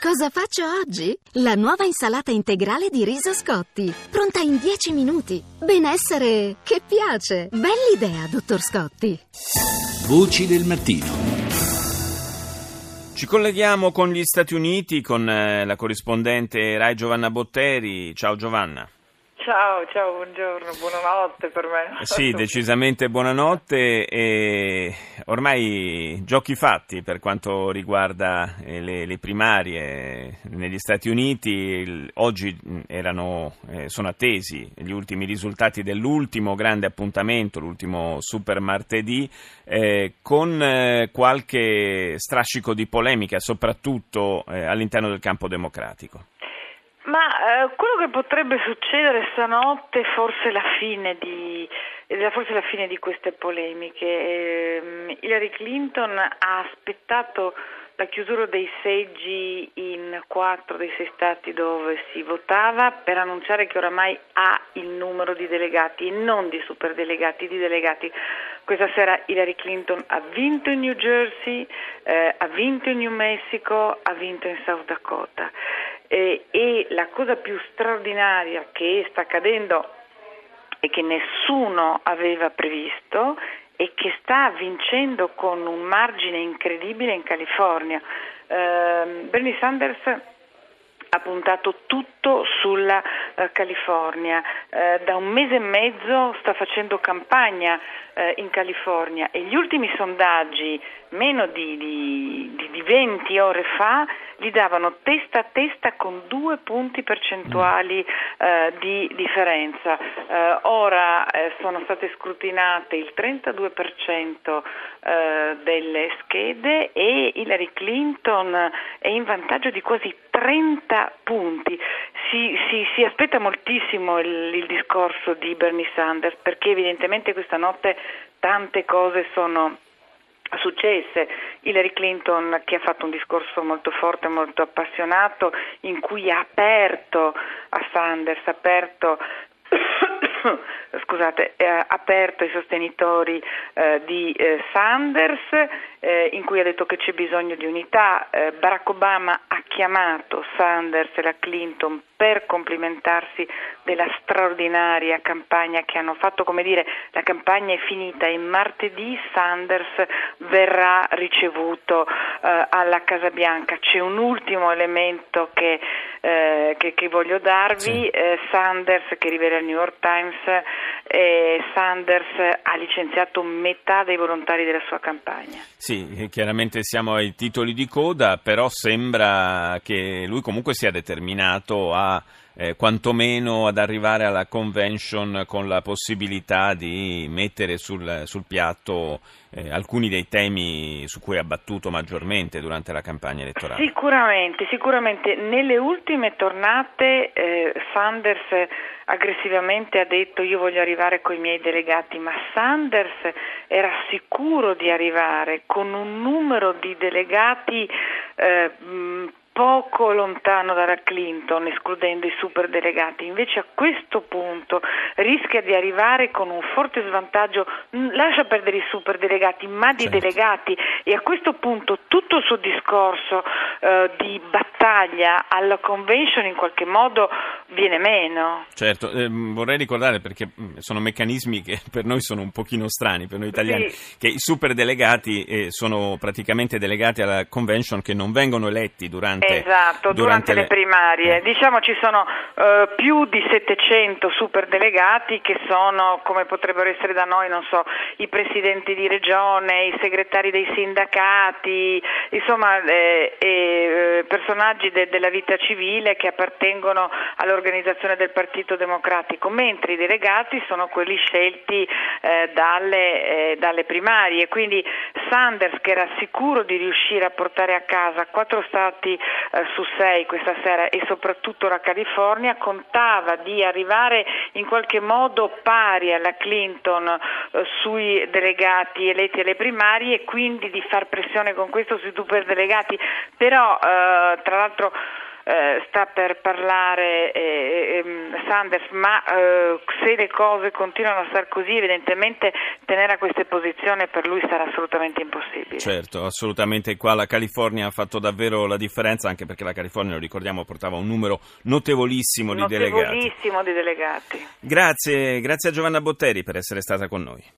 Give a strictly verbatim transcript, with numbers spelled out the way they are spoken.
Cosa faccio oggi? La nuova insalata integrale di riso Scotti, pronta in dieci minuti. Benessere che piace. Bell'idea, dottor Scotti. Voci del mattino. Ci colleghiamo con gli Stati Uniti, con eh, la corrispondente Rai Giovanna Botteri. Ciao Giovanna. Ciao, ciao, buongiorno, buonanotte per me. Sì, decisamente buonanotte. E ormai giochi fatti per quanto riguarda eh, le, le primarie negli Stati Uniti. Il, oggi erano, eh, sono attesi gli ultimi risultati dell'ultimo grande appuntamento, l'ultimo super martedì, eh, con eh, qualche strascico di polemica, soprattutto eh, all'interno del campo democratico. Ma eh, quello che potrebbe succedere stanotte forse la fine di forse la fine di queste polemiche. Eh, Hillary Clinton ha aspettato la chiusura dei seggi in quattro dei sei stati dove si votava per annunciare che oramai ha il numero di delegati e non di superdelegati, di delegati. Questa sera Hillary Clinton ha vinto in New Jersey, eh, ha vinto in New Mexico, ha vinto in South Dakota. Eh, e la cosa più straordinaria che sta accadendo e che nessuno aveva previsto è che sta vincendo con un margine incredibile in California. Eh, Bernie Sanders ha puntato tutto sulla uh, California, uh, da un mese e mezzo sta facendo campagna uh, in California e gli ultimi sondaggi, meno di, di, di venti ore fa, gli davano testa a testa con due punti percentuali uh, di differenza. Uh, ora uh, sono state scrutinate il trentadue per cento uh, delle schede e Hillary Clinton è in vantaggio di quasi trenta punti. Si, si, si aspetta moltissimo il, il discorso di Bernie Sanders perché evidentemente questa notte tante cose sono successe. Hillary Clinton che ha fatto un discorso molto forte, molto appassionato in cui ha aperto a Sanders, ha aperto scusate, ha aperto ai sostenitori eh, di eh, Sanders, eh, in cui ha detto che c'è bisogno di unità. eh, Barack Obama ha chiamato Sanders e la Clinton per complimentarsi della straordinaria campagna che hanno fatto. Come dire, la campagna è finita e martedì Sanders verrà ricevuto eh, alla Casa Bianca. C'è un ultimo elemento che, eh, che, che voglio darvi. Sì. eh, Sanders, che rivela il New York Times, eh, Sanders ha licenziato metà dei volontari della sua campagna. Sì, chiaramente siamo ai titoli di coda, però sembra che lui comunque sia determinato a eh, quantomeno ad arrivare alla convention con la possibilità di mettere sul, sul piatto eh, alcuni dei temi su cui ha battuto maggiormente durante la campagna elettorale. Sicuramente, sicuramente. Nelle ultime tornate eh, Sanders aggressivamente ha detto io voglio arrivare con i miei delegati, ma Sanders era sicuro di arrivare con un numero di delegati eh, mh, poco lontano dalla Clinton, escludendo i superdelegati. Invece a questo punto rischia di arrivare con un forte svantaggio, lascia perdere i superdelegati, ma di certo. delegati, e a questo punto tutto il suo discorso eh, di battaglia alla convention in qualche modo viene meno. Certo, eh, vorrei ricordare, perché sono meccanismi che per noi sono un pochino strani, per noi italiani, sì. che i superdelegati eh, sono praticamente delegati alla convention che non vengono eletti durante Esatto, durante, durante le, le primarie. Eh. Diciamo ci sono uh, più di settecento superdelegati che sono, come potrebbero essere da noi, non so, i presidenti di regione, i segretari dei sindacati, insomma eh, eh, personaggi de- della vita civile che appartengono all'organizzazione del Partito Democratico, mentre i delegati sono quelli scelti eh, dalle, eh, dalle primarie. Quindi Sanders, che era sicuro di riuscire a portare a casa quattro stati Eh, su sei questa sera e soprattutto la California, contava di arrivare in qualche modo pari alla Clinton eh, sui delegati eletti alle primarie e quindi di far pressione con questo sui superdelegati. Però eh, tra l'altro eh, sta per parlare eh, eh, Sanders, ma eh, se le cose continuano a star così, evidentemente tenere a queste posizioni per lui sarà assolutamente impossibile. Certo, assolutamente. Qua la California ha fatto davvero la differenza, anche perché la California, lo ricordiamo, portava un numero notevolissimo di delegati. Notevolissimo di delegati. Grazie, grazie a Giovanna Botteri per essere stata con noi.